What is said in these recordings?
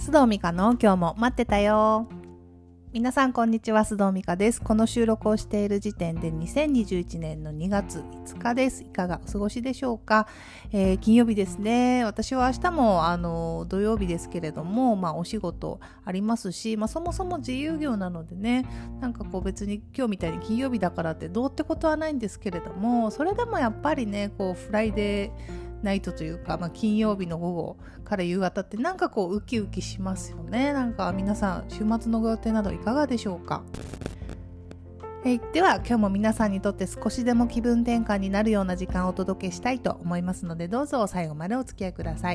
須藤美香の今日も待ってたよ。皆さんこんにちは、須藤美香です。この収録をしている時点で2021年の2月5日です。いかがお過ごしでしょうか。金曜日ですね。私は明日も土曜日ですけれども、お仕事ありますし、そもそも自由業なのでね、別に今日みたいに金曜日だからってどうってことはないんですけれども、それでもやっぱりね、フライデーナイトというか、金曜日の午後から夕方ってウキウキしますよね。皆さん週末のご予定などいかがでしょうか。では今日も皆さんにとって少しでも気分転換になるような時間をお届けしたいと思いますので、どうぞ最後までお付き合いください。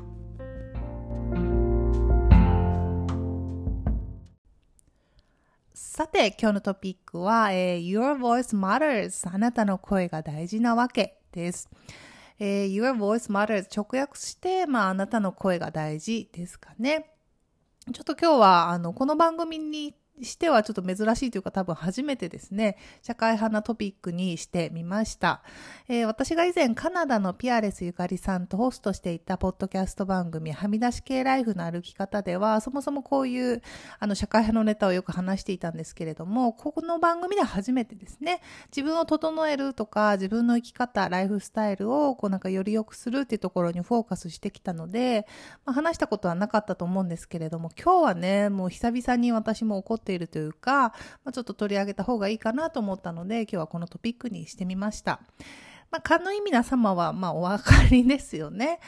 さて今日のトピックは、Your voice matters あなたの声が大事なわけです。Your voice matters 直訳して、あなたの声が大事ですかね。ちょっと今日はこの番組にしてはちょっと珍しいというか多分初めてですね、社会派なトピックにしてみました。私が以前カナダのピアレスゆかりさんとホストしていたポッドキャスト番組はみ出し系ライフの歩き方では、そもそもこういう社会派のネタをよく話していたんですけれども、この番組では初めてですね、自分を整えるとか自分の生き方、ライフスタイルをより良くするっていうところにフォーカスしてきたので、話したことはなかったと思うんですけれども、今日はね、もう久々に私も怒っているというか、ちょっと取り上げた方がいいかなと思ったので、今日はこのトピックにしてみました。勘の意味皆様はお分かりですよね。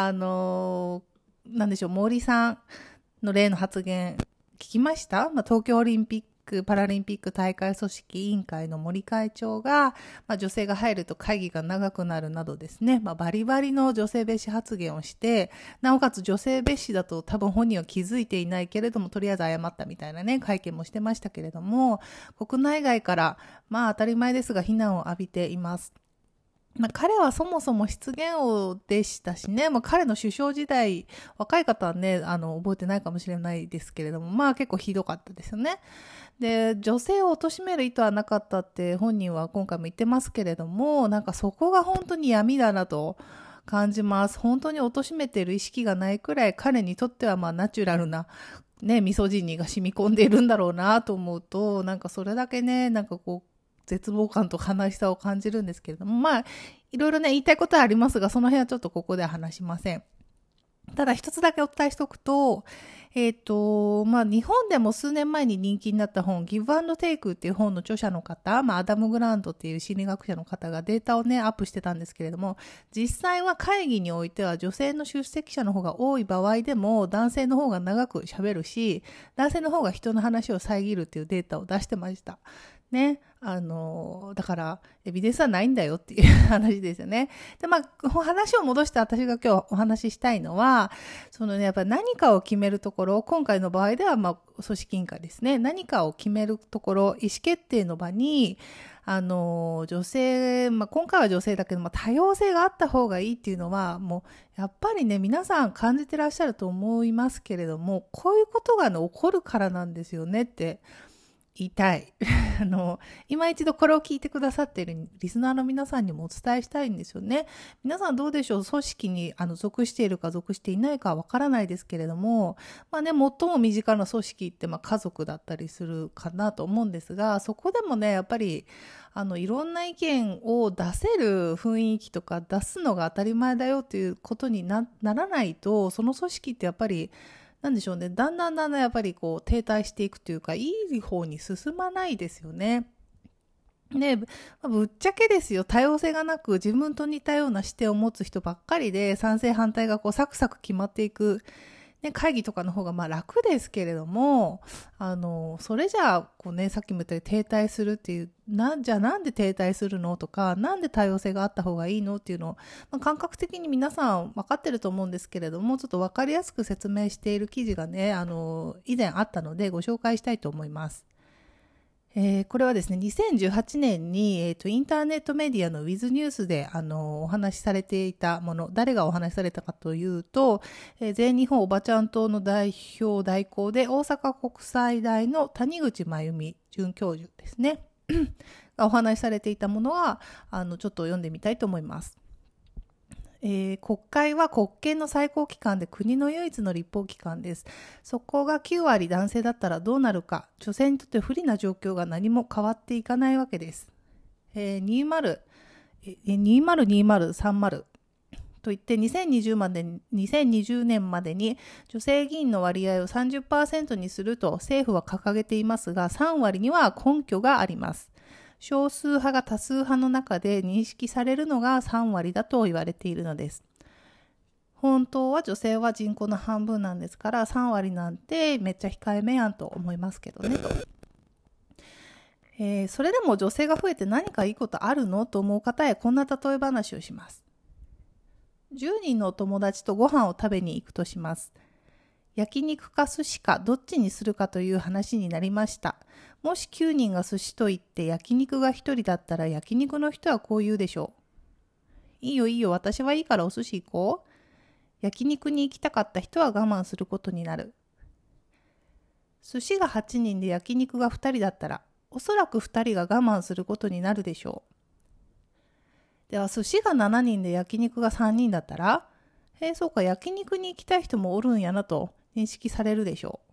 なんでしょう、森さんの例の発言聞きました？東京オリンピックパラリンピック大会組織委員会の森会長が、女性が入ると会議が長くなるなどですね、バリバリの女性蔑視発言をして、なおかつ女性蔑視だと多分本人は気づいていないけれども、とりあえず謝ったみたいなね、会見もしてましたけれども、国内外から当たり前ですが非難を浴びています。彼はそもそも失言王でしたしね、彼の首相時代、若い方はね、覚えてないかもしれないですけれども、結構ひどかったですよね。で、女性を貶める意図はなかったって本人は今回も言ってますけれども、そこが本当に闇だなと感じます。本当に貶めている意識がないくらい、彼にとってはナチュラルなね、ミソジニーが染み込んでいるんだろうなと思うと、それだけね、絶望感と悲しさを感じるんですけれども、いろいろね、言いたいことはありますが、その辺はちょっとここでは話しません。ただ一つだけお伝えしておくと、日本でも数年前に人気になった本、ギブアンドテイクっていう本の著者の方、アダム・グラントっていう心理学者の方がデータをね、アップしてたんですけれども、実際は会議においては女性の出席者の方が多い場合でも、男性の方が長く喋るし、男性の方が人の話を遮るっていうデータを出してました。ね。だから、エビデンスはないんだよっていう話ですよね。で、話を戻して私が今日お話ししたいのは、やっぱり何かを決めるところ、今回の場合では、組織委員会ですね。何かを決めるところ、意思決定の場に、女性、今回は女性だけど、多様性があった方がいいっていうのは、もう、やっぱりね、皆さん感じてらっしゃると思いますけれども、こういうことがね、起こるからなんですよねって、言いたい。今一度これを聞いてくださっているリスナーの皆さんにもお伝えしたいんですよね。皆さんどうでしょう？組織に属しているか属していないかはわからないですけれども、最も身近な組織って家族だったりするかなと思うんですが、そこでもね、やっぱりいろんな意見を出せる雰囲気とか出すのが当たり前だよっていうことに ならないと、その組織ってやっぱりなんでしょうね。だんだんやっぱり停滞していくというか、いい方に進まないですよね。で、ぶっちゃけですよ。多様性がなく自分と似たような視点を持つ人ばっかりで、賛成反対がサクサク決まっていく、ね、会議とかの方が楽ですけれども、それじゃあ、さっきも言ったように停滞するっていう、じゃあなんで停滞するのとか、なんで多様性があった方がいいのっていうのを、感覚的に皆さん分かってると思うんですけれども、ちょっと分かりやすく説明している記事がね、以前あったのでご紹介したいと思います。これはですね、2018年に、インターネットメディアのウィズニュースで、お話しされていたもの、誰がお話しされたかというと、全日本おばちゃん党の代表代行で、大阪国際大の谷口真由美准教授ですね、がお話しされていたものは、ちょっと読んでみたいと思います。 国会は国権の最高機関で国の唯一の立法機関です。そこが9割男性だったらどうなるか、女性にとって不利な状況が何も変わっていかないわけです。2020-30といって2020年までに女性議員の割合を 30% にすると政府は掲げていますが、3割には根拠があります。少数派が多数派の中で認識されるのが3割だと言われているのです。本当は女性は人口の半分なんですから、3割なんてめっちゃ控えめやんと思いますけどねと。それでも女性が増えて何かいいことあるのと思う方へこんな例え話をします。10人のお友達とご飯を食べに行くとします。焼肉か寿司かどっちにするかという話になりました。もし9人が寿司と言って焼肉が1人だったら焼肉の人はこう言うでしょう。いいよいいよ、私はいいからお寿司行こう。焼肉に行きたかった人は我慢することになる。寿司が8人で焼肉が2人だったらおそらく2人が我慢することになるでしょう。では寿司が7人で焼肉が3人だったら、そうか、焼肉に行きたい人もおるんやなと認識されるでしょ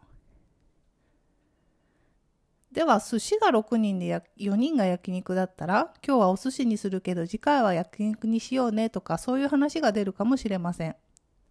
う。では寿司が6人で4人が焼肉だったら、今日はお寿司にするけど次回は焼肉にしようねとか、そういう話が出るかもしれません。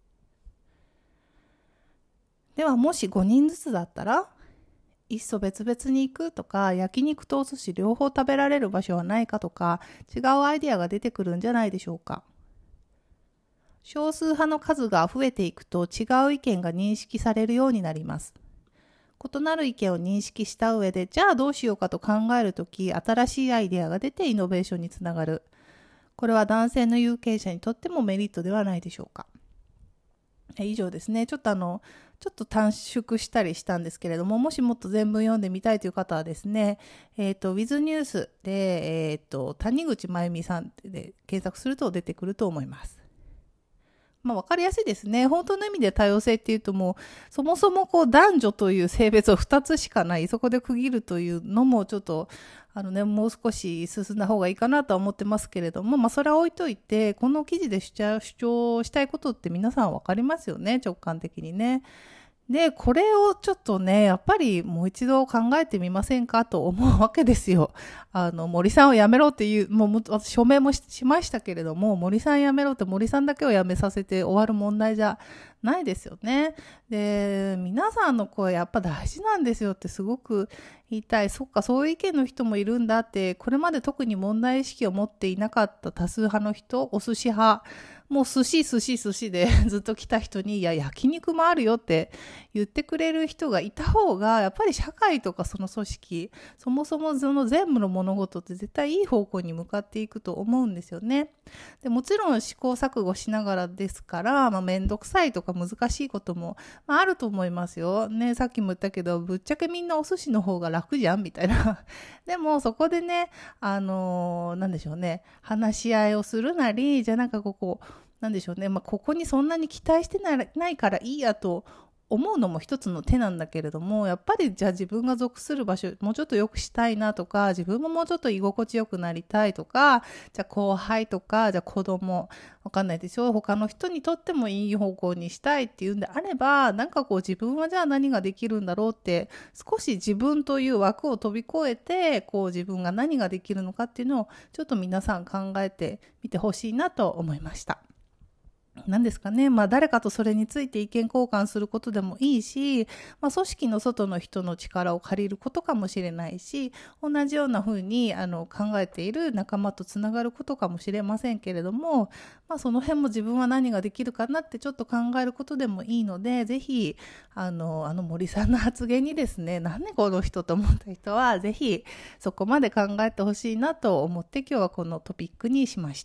ではもし5人ずつだったら、いっそ別々に行くとか、焼肉とお寿司両方食べられる場所はないかとか、違うアイデアが出てくるんじゃないでしょうか。少数派の数が増えていくと違う意見が認識されるようになります。異なる意見を認識した上で、じゃあどうしようかと考えるとき、新しいアイデアが出てイノベーションにつながる。これは男性の有権者にとってもメリットではないでしょうか。以上ですね。ちょっと短縮したりしたんですけれども、もしもっと全文読んでみたいという方はですね、Wiz ニュースで、谷口真由美さんで検索すると出てくると思います。わかりやすいですね。本当の意味で多様性っていうともう、そもそも男女という性別を2つしかない、そこで区切るというのもちょっと、もう少し進んだ方がいいかなとは思ってますけれども、それは置いといて、この記事で主張したいことって皆さんわかりますよね、直感的にね。で、これをちょっとね、やっぱりもう一度考えてみませんかと思うわけですよ。森さんを辞めろっていう、私署名も しましたけれども、森さん辞めろって森さんだけを辞めさせて終わる問題じゃないですよね。で、皆さんの声やっぱ大事なんですよってすごく言いたい。そっか、そういう意見の人もいるんだって、これまで特に問題意識を持っていなかった多数派の人、お寿司派、もう寿司でずっと来た人に、いや、焼肉もあるよって言ってくれる人がいた方が、やっぱり社会とかその組織、そもそもその全部の物事って絶対いい方向に向かっていくと思うんですよね。でもちろん試行錯誤しながらですから、めんどくさいとか難しいことも、あると思いますよ。ね、さっきも言ったけど、ぶっちゃけみんなお寿司の方が楽じゃんみたいな。でもそこでね、なんでしょうね、話し合いをするなり、じゃあなんでしょうね、ここにそんなに期待してないからいいやと思うのも一つの手なんだけれども、やっぱりじゃあ自分が属する場所もうちょっと良くしたいなとか、自分ももうちょっと居心地よくなりたいとか、じゃあ後輩とか、じゃあ子供、わかんないでしょ、他の人にとってもいい方向にしたいっていうんであれば、自分はじゃあ何ができるんだろうって、少し自分という枠を飛び越えて、自分が何ができるのかっていうのをちょっと皆さん考えてみてほしいなと思いました。何ですかね、誰かとそれについて意見交換することでもいいし、組織の外の人の力を借りることかもしれないし、同じような風に考えている仲間とつながることかもしれませんけれども、その辺も自分は何ができるかなってちょっと考えることでもいいので、ぜひ森さんの発言にですね、なんでこの人と思った人はぜひそこまで考えてほしいなと思って今日はこのトピックにしました。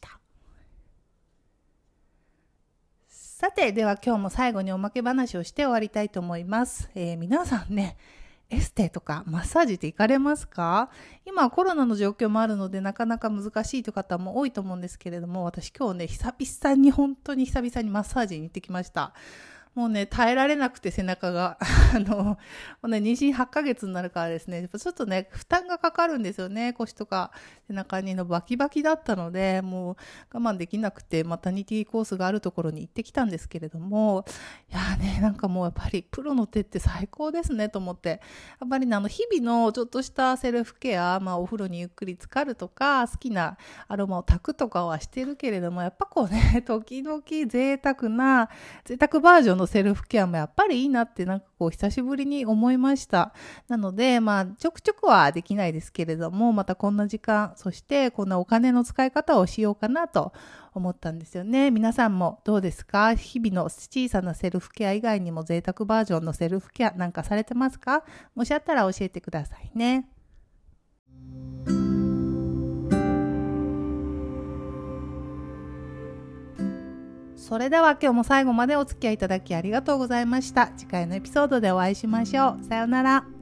さて、では今日も最後におまけ話をして終わりたいと思います。皆さんね、エステとかマッサージって行かれますか？今コロナの状況もあるのでなかなか難しいという方も多いと思うんですけれども、私今日ね、本当に久々にマッサージに行ってきました。 もうね、耐えられなくて背中が。もうね、妊娠8ヶ月になるからですね、ちょっとね、負担がかかるんですよね。腰とか背中にのバキバキだったので、もう我慢できなくて、マタニティコースがあるところに行ってきたんですけれども、いやーね、なんかもうやっぱりプロの手って最高ですねと思って、やっぱりね、日々のちょっとしたセルフケア、お風呂にゆっくり浸かるとか、好きなアロマを炊くとかはしてるけれども、やっぱこうね、時々贅沢バージョンのセルフケアもやっぱりいいなってなんかこう久しぶりに思いました。なので、ちょくちょくはできないですけれども、またこんな時間、そしてこんなお金の使い方をしようかなと思ったんですよね。皆さんもどうですか？日々の小さなセルフケア以外にも贅沢バージョンのセルフケアなんかされてますか？もしあったら教えてくださいね。それでは今日も最後までお付き合いいただきありがとうございました。次回のエピソードでお会いしましょう。さようなら。